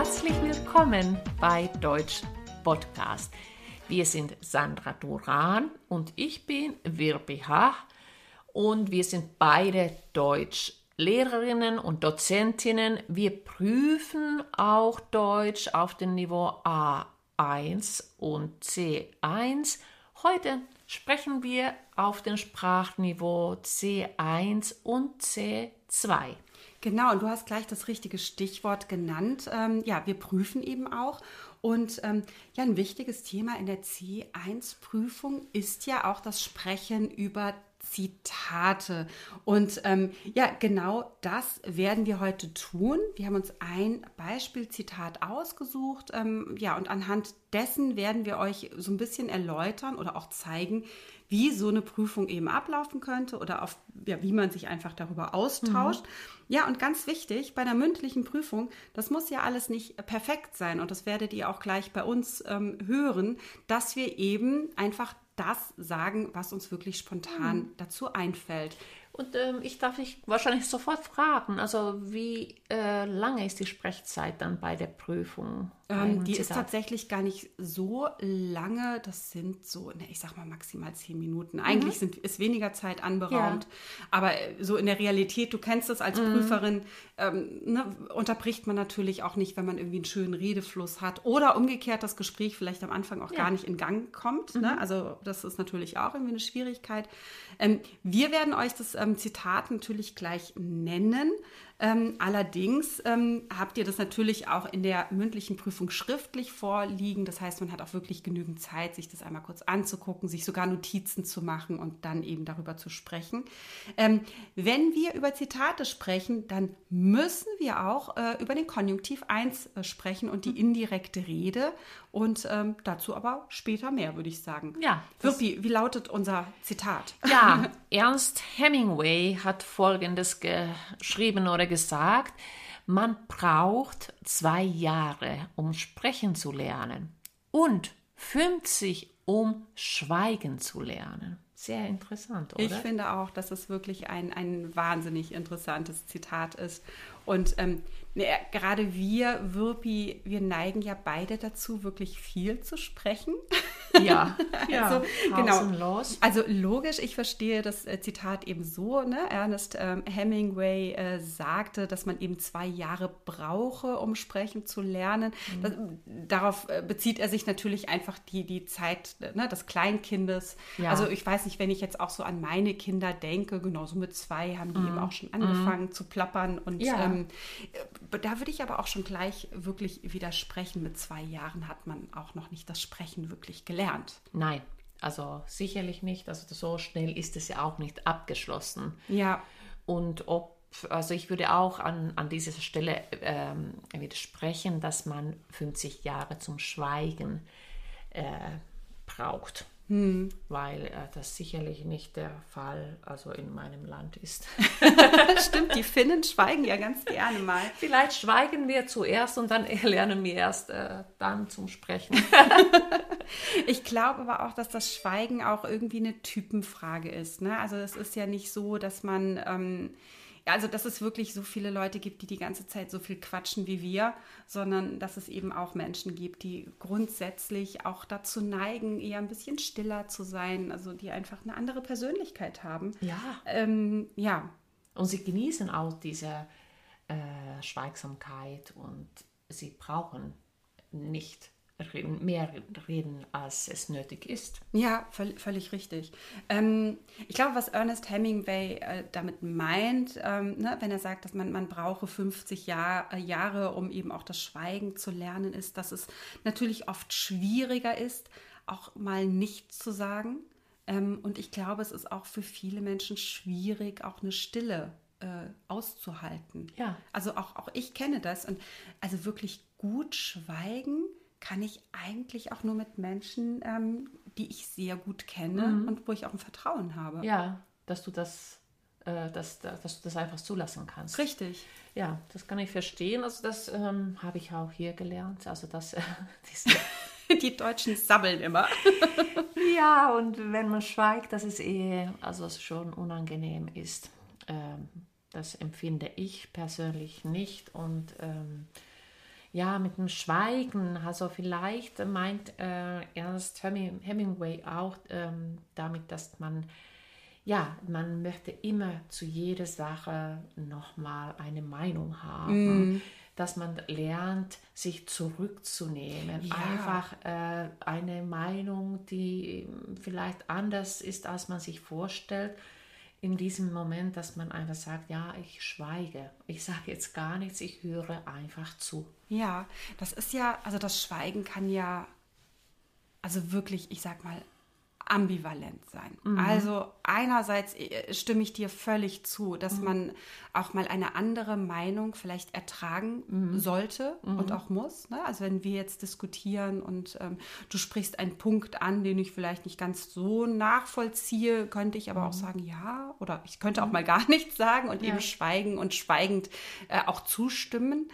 herzlich willkommen bei Deutsch Podcast. Wir sind Sandra Duran und ich bin Virpi Hach und wir sind beide Deutschlehrerinnen und Dozentinnen. Wir prüfen auch Deutsch auf dem Niveau A1 und C1. Heute sprechen wir auf dem Sprachniveau C1 und C2. Genau, und du hast gleich das richtige Stichwort genannt. Wir prüfen eben auch. Und ein wichtiges Thema in der C1-Prüfung ist ja auch das Sprechen über Zitate. Und genau das werden wir heute tun. Wir haben uns ein Beispielzitat ausgesucht. Und anhand dessen werden wir euch so ein bisschen erläutern oder auch zeigen, wie so eine Prüfung eben ablaufen könnte oder wie man sich einfach darüber austauscht. Ja, und ganz wichtig, bei der mündlichen Prüfung, das muss ja alles nicht perfekt sein und das werdet ihr auch gleich bei uns hören, dass wir eben einfach das sagen, was uns wirklich spontan dazu einfällt. Und ich darf dich wahrscheinlich sofort fragen, also wie lange ist die Sprechzeit dann bei der Prüfung? Die ist tatsächlich gar nicht so lange, das sind so, ich sag mal maximal 10 Minuten. Eigentlich ist weniger Zeit anberaumt, aber so in der Realität, du kennst es als Prüferin, unterbricht man natürlich auch nicht, wenn man irgendwie einen schönen Redefluss hat oder umgekehrt das Gespräch vielleicht am Anfang auch gar nicht in Gang kommt. Ne? Also das ist natürlich auch irgendwie eine Schwierigkeit. Wir werden euch das Zitat natürlich gleich nennen. Allerdings habt ihr das natürlich auch in der mündlichen Prüfung schriftlich vorliegen. Das heißt, man hat auch wirklich genügend Zeit, sich das einmal kurz anzugucken, sich sogar Notizen zu machen und dann eben darüber zu sprechen. Wenn wir über Zitate sprechen, dann müssen wir auch über den Konjunktiv 1 sprechen und die indirekte Rede. Und dazu aber später mehr, würde ich sagen. Ja. Virpi, wie lautet unser Zitat? Ja, Ernst Hemingway hat Folgendes geschrieben oder gesagt: Man braucht 2 Jahre, um sprechen zu lernen und 50, um schweigen zu lernen. Sehr interessant, oder? Ich finde auch, dass es wirklich ein wahnsinnig interessantes Zitat ist. Und gerade wir, Virpi, wir neigen ja beide dazu, wirklich viel zu sprechen. Ja, also, genau. Los. Also logisch, ich verstehe das Zitat eben so. Ne? Ernest Hemingway sagte, dass man eben 2 Jahre brauche, um sprechen zu lernen. Darauf bezieht er sich natürlich einfach die Zeit des Kleinkindes. Ja. Also ich weiß nicht, wenn ich jetzt auch so an meine Kinder denke, genauso mit 2 haben die eben auch schon angefangen zu plappern. Und da würde ich aber auch schon gleich wirklich widersprechen. Mit 2 Jahren hat man auch noch nicht das Sprechen wirklich gelernt. Nein, also sicherlich nicht. Also so schnell ist es ja auch nicht abgeschlossen. Ja. Und also ich würde auch an dieser Stelle widersprechen, dass man 50 Jahre zum Schweigen braucht. Weil das sicherlich nicht der Fall also in meinem Land ist. Stimmt, die Finnen schweigen ja ganz gerne mal. Vielleicht schweigen wir zuerst und dann lernen wir erst dann zum Sprechen. Ich glaube aber auch, dass das Schweigen auch irgendwie eine Typenfrage ist. Ne? Also es ist ja nicht so, dass man... dass es wirklich so viele Leute gibt, die ganze Zeit so viel quatschen wie wir, sondern dass es eben auch Menschen gibt, die grundsätzlich auch dazu neigen, eher ein bisschen stiller zu sein, also die einfach eine andere Persönlichkeit haben. Ja. Und sie genießen auch diese Schweigsamkeit und sie brauchen nicht mehr reden, als es nötig ist. Ja, völlig richtig. Ich glaube, was Ernest Hemingway damit meint, wenn er sagt, dass man brauche 50 Jahre, um eben auch das Schweigen zu lernen, ist, dass es natürlich oft schwieriger ist, auch mal nichts zu sagen. Und ich glaube, es ist auch für viele Menschen schwierig, auch eine Stille auszuhalten. Ja. Also auch ich kenne das. Und also wirklich gut schweigen kann ich eigentlich auch nur mit Menschen, die ich sehr gut kenne und wo ich auch ein Vertrauen habe. Ja, dass du das einfach zulassen kannst. Richtig. Ja, das kann ich verstehen. Also das habe ich auch hier gelernt. Also das die Deutschen sabbeln immer. Ja, und wenn man schweigt, dass es also schon unangenehm ist. Das empfinde ich persönlich nicht. Und ja, mit dem Schweigen, also vielleicht meint Ernest Hemingway auch damit, dass man möchte immer zu jeder Sache nochmal eine Meinung haben, dass man lernt, sich zurückzunehmen. Ja. Einfach eine Meinung, die vielleicht anders ist, als man sich vorstellt. In diesem Moment, dass man einfach sagt, ja, ich schweige. Ich sage jetzt gar nichts, ich höre einfach zu. Ja, das ist ja, also das Schweigen kann ja, also wirklich, ich sag mal, ambivalent sein. Also einerseits stimme ich dir völlig zu, dass man auch mal eine andere Meinung vielleicht ertragen sollte und auch muss. Ne? Also wenn wir jetzt diskutieren und du sprichst einen Punkt an, den ich vielleicht nicht ganz so nachvollziehe, könnte ich aber auch sagen, ja, oder ich könnte auch mal gar nichts sagen und eben schweigen und schweigend auch zustimmen.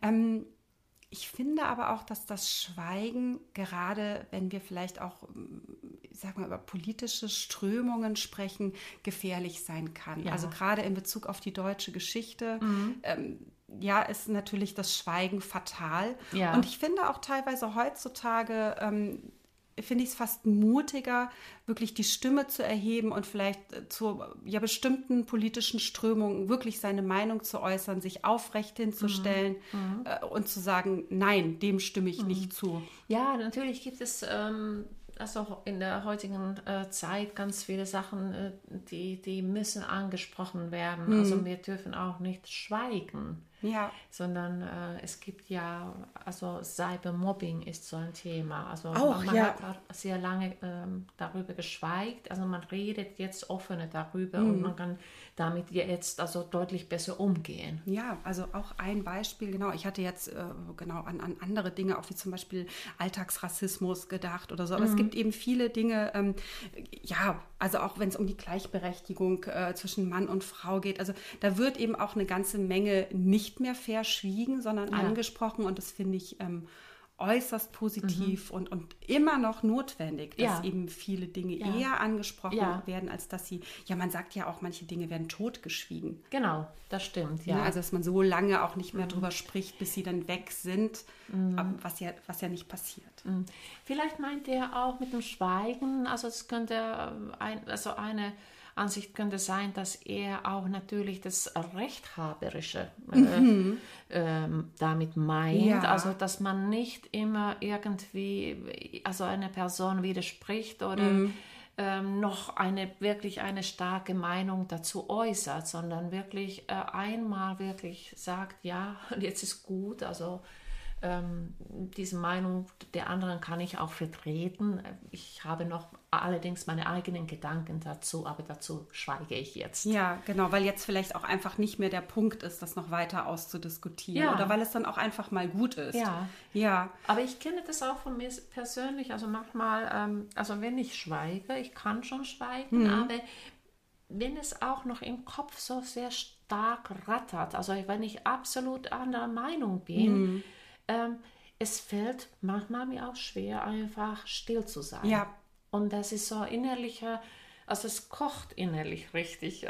Ich finde aber auch, dass das Schweigen, gerade wenn wir vielleicht auch, ich sag mal, über politische Strömungen sprechen, gefährlich sein kann. Ja. Also gerade in Bezug auf die deutsche Geschichte, ist natürlich das Schweigen fatal. Ja. Und ich finde auch teilweise heutzutage, finde ich es fast mutiger, wirklich die Stimme zu erheben und vielleicht zu bestimmten politischen Strömungen wirklich seine Meinung zu äußern, sich aufrecht hinzustellen und zu sagen, nein, dem stimme ich nicht zu. Ja, natürlich gibt es also in der heutigen Zeit ganz viele Sachen, die müssen angesprochen werden. Also wir dürfen auch nicht schweigen. Ja. Sondern es gibt ja, also Cybermobbing ist so ein Thema. Also auch, man hat sehr lange darüber geschweigt. Also man redet jetzt offener darüber und man kann damit jetzt also deutlich besser umgehen. Ja, also auch ein Beispiel, genau. Ich hatte jetzt an andere Dinge, auch wie zum Beispiel Alltagsrassismus gedacht oder so. Aber es gibt eben viele Dinge, also auch wenn es um die Gleichberechtigung zwischen Mann und Frau geht. Also da wird eben auch eine ganze Menge nicht mehr verschwiegen, sondern angesprochen und das finde ich äußerst positiv und immer noch notwendig, dass eben viele Dinge eher angesprochen werden, als dass sie, man sagt ja auch, manche Dinge werden totgeschwiegen. Genau, das stimmt, ja. Also dass man so lange auch nicht mehr drüber spricht, bis sie dann weg sind, was ja nicht passiert. Vielleicht meint er auch mit dem Schweigen, also es könnte eine Ansicht könnte sein, dass er auch natürlich das Rechthaberische damit meint. Ja. Also, dass man nicht immer irgendwie, also eine Person widerspricht oder noch wirklich eine starke Meinung dazu äußert, sondern wirklich einmal wirklich sagt, ja, jetzt ist gut, also diese Meinung der anderen kann ich auch vertreten. Ich habe noch allerdings meine eigenen Gedanken dazu, aber dazu schweige ich jetzt. Ja, genau, weil jetzt vielleicht auch einfach nicht mehr der Punkt ist, das noch weiter auszudiskutieren oder weil es dann auch einfach mal gut ist. Ja. Aber ich kenne das auch von mir persönlich, also manchmal, also wenn ich schweige, ich kann schon schweigen, aber wenn es auch noch im Kopf so sehr stark rattert, also wenn ich absolut anderer Meinung bin, es fällt manchmal mir auch schwer, einfach still zu sein. Ja. Und das ist so innerlicher, also es kocht innerlich richtig,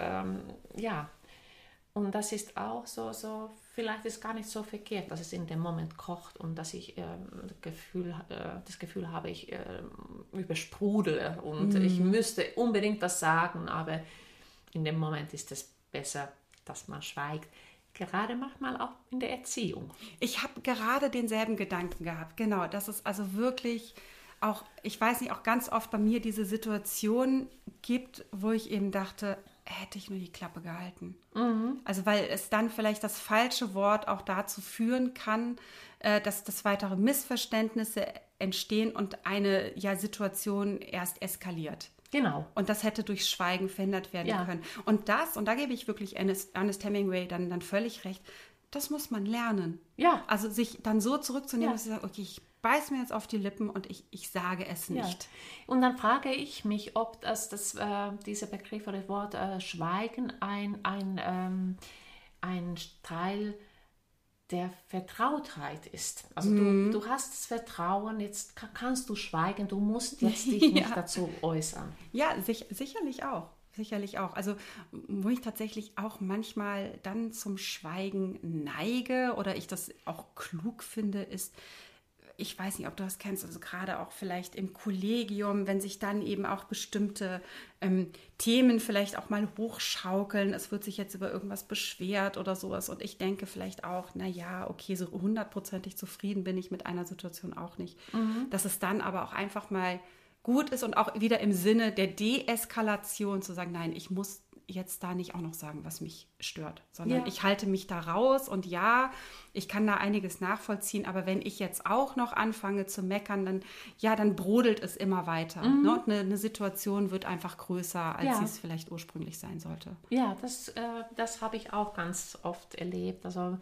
Und das ist auch so, vielleicht ist gar nicht so verkehrt, dass es in dem Moment kocht und dass ich das Gefühl habe, ich übersprudele und ich müsste unbedingt was sagen, aber in dem Moment ist es besser, dass man schweigt. Gerade manchmal auch in der Erziehung. Ich habe gerade denselben Gedanken gehabt. Genau, dass es also wirklich auch, ich weiß nicht, auch ganz oft bei mir diese Situation gibt, wo ich eben dachte, hätte ich nur die Klappe gehalten. Also weil es dann vielleicht das falsche Wort auch dazu führen kann, dass weitere Missverständnisse entstehen und eine Situation erst eskaliert. Genau. Und das hätte durch Schweigen verhindert werden können. Und da gebe ich wirklich Ernest Hemingway dann völlig recht, das muss man lernen. Ja. Also sich dann so zurückzunehmen, dass sie sagen, okay, ich beiß mir jetzt auf die Lippen und ich sage es nicht. Und dann frage ich mich, ob dieser Begriff oder das Wort Schweigen ein Teil der Vertrautheit ist. Also du hast das Vertrauen, jetzt kannst du schweigen, du musst jetzt dich nicht dazu äußern. Ja, sicherlich auch. sicherlich auch. Also wo ich tatsächlich auch manchmal dann zum Schweigen neige oder ich das auch klug finde, ist, ich weiß nicht, ob du das kennst, also gerade auch vielleicht im Kollegium, wenn sich dann eben auch bestimmte Themen vielleicht auch mal hochschaukeln, es wird sich jetzt über irgendwas beschwert oder sowas und ich denke vielleicht auch, naja, okay, so 100%ig zufrieden bin ich mit einer Situation auch nicht. Dass es dann aber auch einfach mal gut ist und auch wieder im Sinne der Deeskalation zu sagen, nein, ich muss jetzt da nicht auch noch sagen, was mich stört, sondern ich halte mich da raus und ja, ich kann da einiges nachvollziehen, aber wenn ich jetzt auch noch anfange zu meckern, dann brodelt es immer weiter. Ne? Und eine Situation wird einfach größer, als sie es vielleicht ursprünglich sein sollte. Ja, das habe ich auch ganz oft erlebt. Also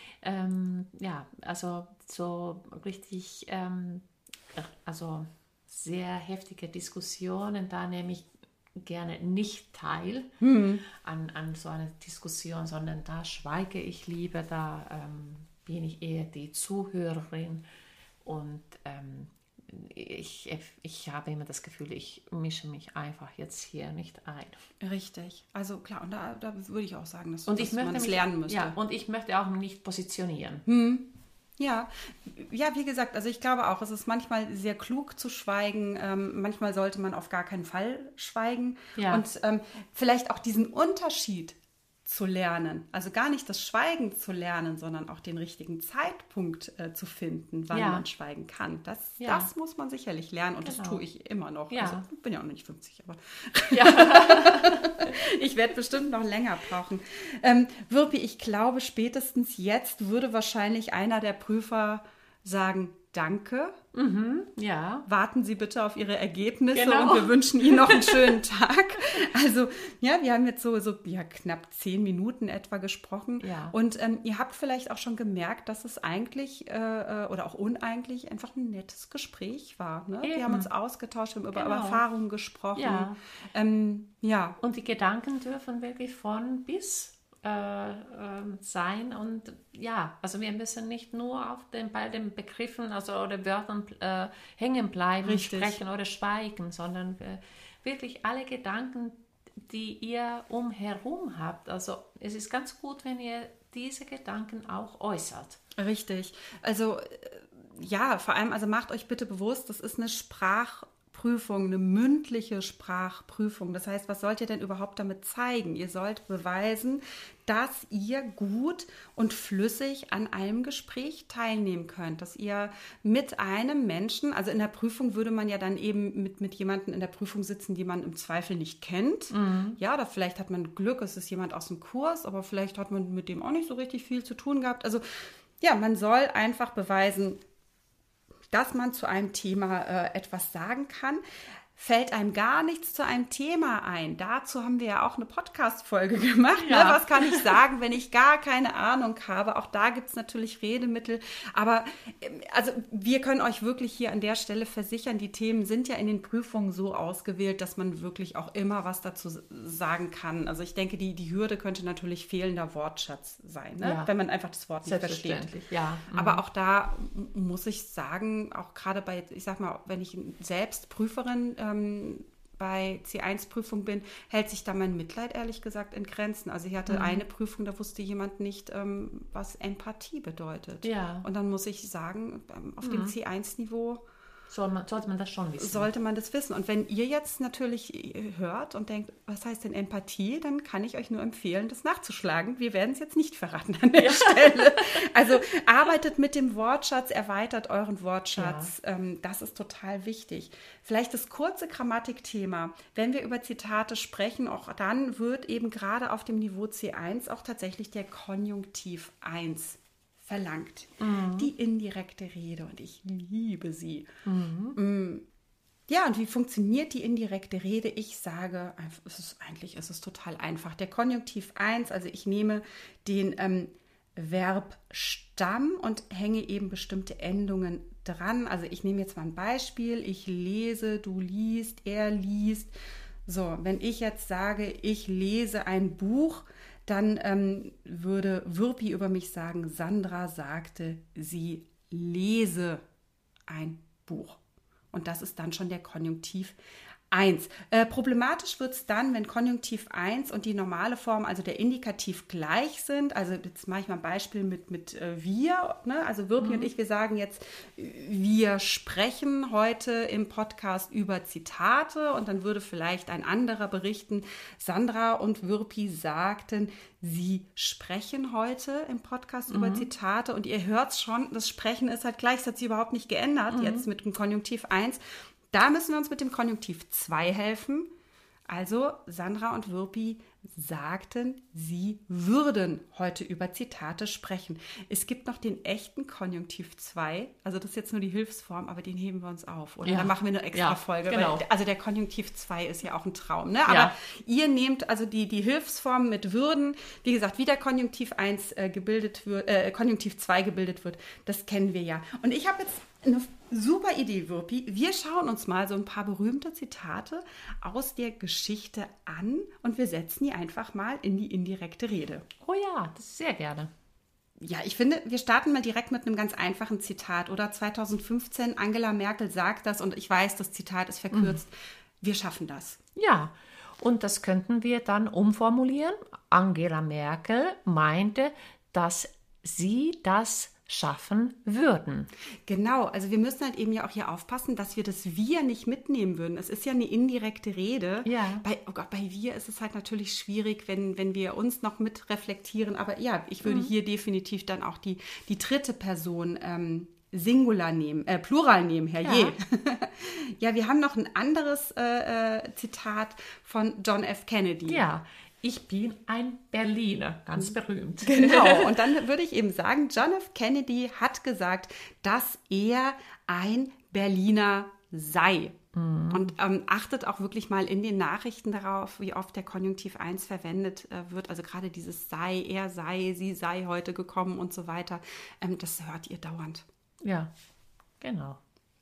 also so richtig, also sehr heftige Diskussionen, da nehme ich gerne nicht teil an so einer Diskussion, sondern da schweige ich lieber, da bin ich eher die Zuhörerin und ich habe immer das Gefühl, ich mische mich einfach jetzt hier nicht ein. Richtig, also klar, und da würde ich auch sagen, dass man es lernen müsste. Ja, und ich möchte auch nicht positionieren. Ja, wie gesagt, also ich glaube auch, es ist manchmal sehr klug zu schweigen, manchmal sollte man auf gar keinen Fall schweigen und vielleicht auch diesen Unterschied zu lernen, also gar nicht das Schweigen zu lernen, sondern auch den richtigen Zeitpunkt zu finden, wann man schweigen kann. Das muss man sicherlich lernen und das tue ich immer noch. Ja. Also ich bin ja auch noch nicht 50, aber ich werde bestimmt noch länger brauchen. Wirpi, ich glaube, spätestens jetzt würde wahrscheinlich einer der Prüfer sagen, danke. Ja. Warten Sie bitte auf Ihre Ergebnisse und wir wünschen Ihnen noch einen schönen Tag. Also, ja, wir haben jetzt so knapp 10 Minuten etwa gesprochen. Ja. Und ihr habt vielleicht auch schon gemerkt, dass es eigentlich oder auch uneigentlich einfach ein nettes Gespräch war. Ne? Wir haben uns ausgetauscht, wir haben über Erfahrungen gesprochen. Ja. Und die Gedanken dürfen wirklich von bis sein und also wir müssen nicht nur bei den Begriffen oder Wörtern hängen bleiben, sprechen oder schweigen, sondern wirklich alle Gedanken, die ihr umherum habt. Also es ist ganz gut, wenn ihr diese Gedanken auch äußert. Richtig. Also vor allem, also macht euch bitte bewusst, das ist eine Sprachprüfung, eine mündliche Sprachprüfung. Das heißt, was sollt ihr denn überhaupt damit zeigen? Ihr sollt beweisen, dass ihr gut und flüssig an einem Gespräch teilnehmen könnt, dass ihr mit einem Menschen, also in der Prüfung würde man ja dann eben mit jemandem in der Prüfung sitzen, die man im Zweifel nicht kennt. Ja, oder vielleicht hat man Glück, es ist jemand aus dem Kurs, aber vielleicht hat man mit dem auch nicht so richtig viel zu tun gehabt. Also ja, man soll einfach beweisen, dass man zu einem Thema etwas sagen kann. Fällt einem gar nichts zu einem Thema ein. Dazu haben wir ja auch eine Podcast-Folge gemacht. Ja. Ne? Was kann ich sagen, wenn ich gar keine Ahnung habe? Auch da gibt es natürlich Redemittel. Aber also wir können euch wirklich hier an der Stelle versichern, die Themen sind ja in den Prüfungen so ausgewählt, dass man wirklich auch immer was dazu sagen kann. Also ich denke, die Hürde könnte natürlich fehlender Wortschatz sein, ne? Wenn man einfach das Wort nicht versteht. Ja. Aber auch da muss ich sagen, auch gerade bei, ich sag mal, wenn ich selbst Prüferin bei C1-Prüfung bin, hält sich da mein Mitleid ehrlich gesagt in Grenzen. Also ich hatte eine Prüfung, da wusste jemand nicht, was Empathie bedeutet. Ja. Und dann muss ich sagen, auf dem C1-Niveau sollte man das schon wissen. Sollte man das wissen. Und wenn ihr jetzt natürlich hört und denkt, was heißt denn Empathie, dann kann ich euch nur empfehlen, das nachzuschlagen. Wir werden es jetzt nicht verraten an der Stelle. Also arbeitet mit dem Wortschatz, erweitert euren Wortschatz. Ja. Das ist total wichtig. Vielleicht das kurze Grammatikthema. Wenn wir über Zitate sprechen, auch dann wird eben gerade auf dem Niveau C1 auch tatsächlich der Konjunktiv 1 verlangt. Die indirekte Rede und ich liebe sie. Ja, und wie funktioniert die indirekte Rede? Ich sage, es ist total einfach. Der Konjunktiv 1, also ich nehme den Verbstamm und hänge eben bestimmte Endungen dran. Also ich nehme jetzt mal ein Beispiel. Ich lese, du liest, er liest. So, wenn ich jetzt sage, ich lese ein Buch, dann würde Wirpi über mich sagen, Sandra sagte, sie lese ein Buch. Und das ist dann schon der Konjunktiv 1. Problematisch wird es dann, wenn Konjunktiv 1 und die normale Form, also der Indikativ, gleich sind. Also jetzt mache ich mal ein Beispiel mit wir. Ne? Also Wirpi und ich, wir sagen jetzt, wir sprechen heute im Podcast über Zitate und dann würde vielleicht ein anderer berichten, Sandra und Wirpi sagten, sie sprechen heute im Podcast über Zitate und ihr hört es schon, das Sprechen ist halt gleich, das hat sich überhaupt nicht geändert, jetzt mit dem Konjunktiv 1. Da müssen wir uns mit dem Konjunktiv 2 helfen. Also Sandra und Wirpi sagten, sie würden heute über Zitate sprechen. Es gibt noch den echten Konjunktiv 2, also das ist jetzt nur die Hilfsform, aber den heben wir uns auf. Oder dann machen wir eine extra Folge. Genau. Weil, also der Konjunktiv 2 ist ja auch ein Traum. Ne? Aber ihr nehmt also die Hilfsform mit würden. Wie gesagt, wie der Konjunktiv 1 gebildet wird, Konjunktiv 2 gebildet wird, das kennen wir ja. Und ich habe jetzt eine super Idee, Wirpi. Wir schauen uns mal so ein paar berühmte Zitate aus der Geschichte an und wir setzen die einfach mal in die indirekte Rede. Oh ja, das sehr gerne. Ja, ich finde, wir starten mal direkt mit einem ganz einfachen Zitat. Oder 2015, Angela Merkel sagt das und ich weiß, das Zitat ist verkürzt. Wir schaffen das. Ja, und das könnten wir dann umformulieren. Angela Merkel meinte, dass sie das schaffen würden. Genau, also wir müssen halt eben ja auch hier aufpassen, dass wir das Wir nicht mitnehmen würden. Es ist ja eine indirekte Rede. Ja. Bei Wir ist es halt natürlich schwierig, wenn wir uns noch mit reflektieren. Aber ja, ich würde hier definitiv dann auch die dritte Person Singular nehmen, Plural nehmen, herrje. Ja, wir haben noch ein anderes Zitat von John F. Kennedy. Ja, ich bin ein Berliner, ganz berühmt. Genau, und dann würde ich eben sagen, John F. Kennedy hat gesagt, dass er ein Berliner sei. Und achtet auch wirklich mal in den Nachrichten darauf, wie oft der Konjunktiv 1 verwendet wird. Also gerade dieses sei, er sei, sie sei heute gekommen und so weiter. Das hört ihr dauernd. Ja, genau.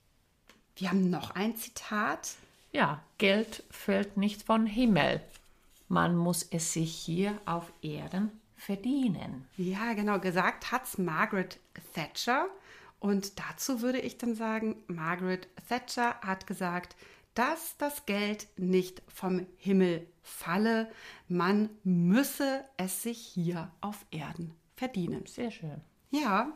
Wir haben noch ein Zitat. Ja, Geld fällt nicht vom Himmel. Man muss es sich hier auf Erden verdienen. Ja, genau, gesagt hat's Margaret Thatcher. Und dazu würde ich dann sagen, Margaret Thatcher hat gesagt, dass das Geld nicht vom Himmel falle. Man müsse es sich hier auf Erden verdienen. Sehr schön. Ja,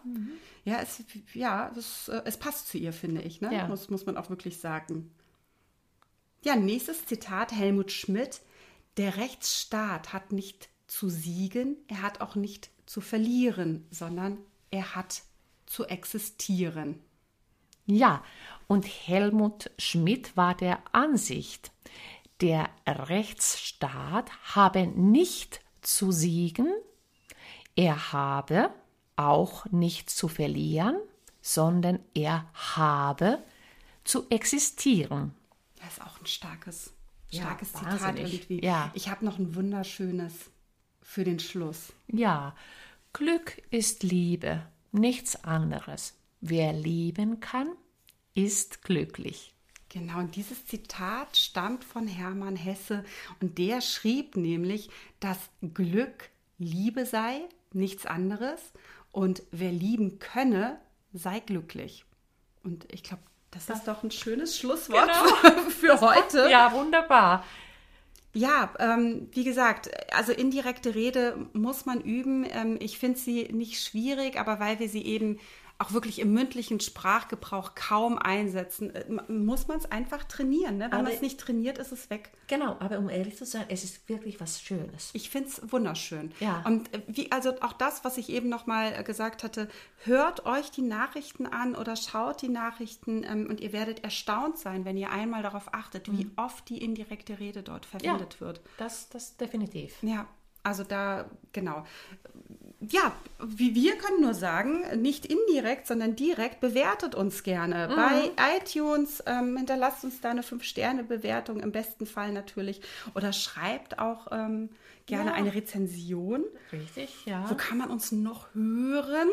es passt zu ihr, finde ich. Ne? Ja. Muss man auch wirklich sagen. Ja, nächstes Zitat, Helmut Schmidt. Der Rechtsstaat hat nicht zu siegen, er hat auch nicht zu verlieren, sondern er hat zu existieren. Ja, und Helmut Schmidt war der Ansicht, der Rechtsstaat habe nicht zu siegen, er habe auch nicht zu verlieren, sondern er habe zu existieren. Das ist auch ein starkes Ja, Zitat wahnsinnig. irgendwie. Ja. Ich habe noch ein wunderschönes für den Schluss. Ja, Glück ist Liebe, nichts anderes. Wer lieben kann, ist glücklich. Genau, und dieses Zitat stammt von Hermann Hesse und der schrieb nämlich, dass Glück Liebe sei, nichts anderes und wer lieben könne, sei glücklich. Und ich glaube, das ist doch ein schönes Schlusswort für heute. Ja, wunderbar. Ja, wie gesagt, also indirekte Rede muss man üben. Ich finde sie nicht schwierig, aber weil wir sie eben auch wirklich im mündlichen Sprachgebrauch kaum einsetzen, muss man es einfach trainieren. Ne? Wenn man es nicht trainiert, ist es weg. Genau, aber um ehrlich zu sein, es ist wirklich was Schönes. Ich finde es wunderschön. Ja. Und also auch das, was ich eben nochmal gesagt hatte, hört euch die Nachrichten an oder schaut die Nachrichten und ihr werdet erstaunt sein, wenn ihr einmal darauf achtet, wie oft die indirekte Rede dort verwendet wird. Das definitiv. Ja, also da, genau. Ja, wir können nur sagen, nicht indirekt, sondern direkt, bewertet uns gerne. Bei iTunes, hinterlasst uns da eine 5-Sterne-Bewertung, im besten Fall natürlich. Oder schreibt auch gerne eine Rezension. Richtig, ja. Wo kann man uns noch hören?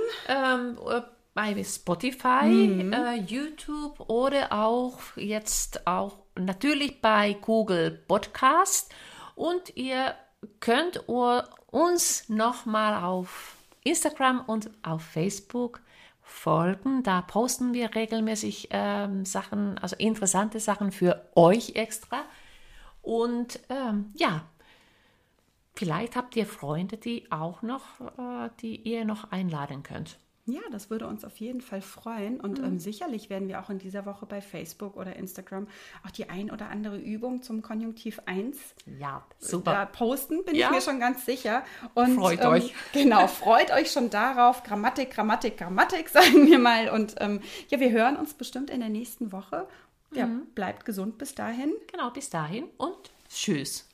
Bei Spotify, YouTube oder auch jetzt auch natürlich bei Google Podcast. Und ihr könnt uns nochmal auf Instagram und auf Facebook folgen. Da posten wir regelmäßig Sachen, also interessante Sachen für euch extra. Und ja, vielleicht habt ihr Freunde, die ihr noch einladen könnt. Ja, das würde uns auf jeden Fall freuen. Und sicherlich werden wir auch in dieser Woche bei Facebook oder Instagram auch die ein oder andere Übung zum Konjunktiv 1 super. Posten, bin ich mir schon ganz sicher. Und, freut euch. Genau, freut euch schon darauf. Grammatik, sagen wir mal. Und ja, wir hören uns bestimmt in der nächsten Woche. Ja, bleibt gesund bis dahin. Genau, bis dahin und tschüss.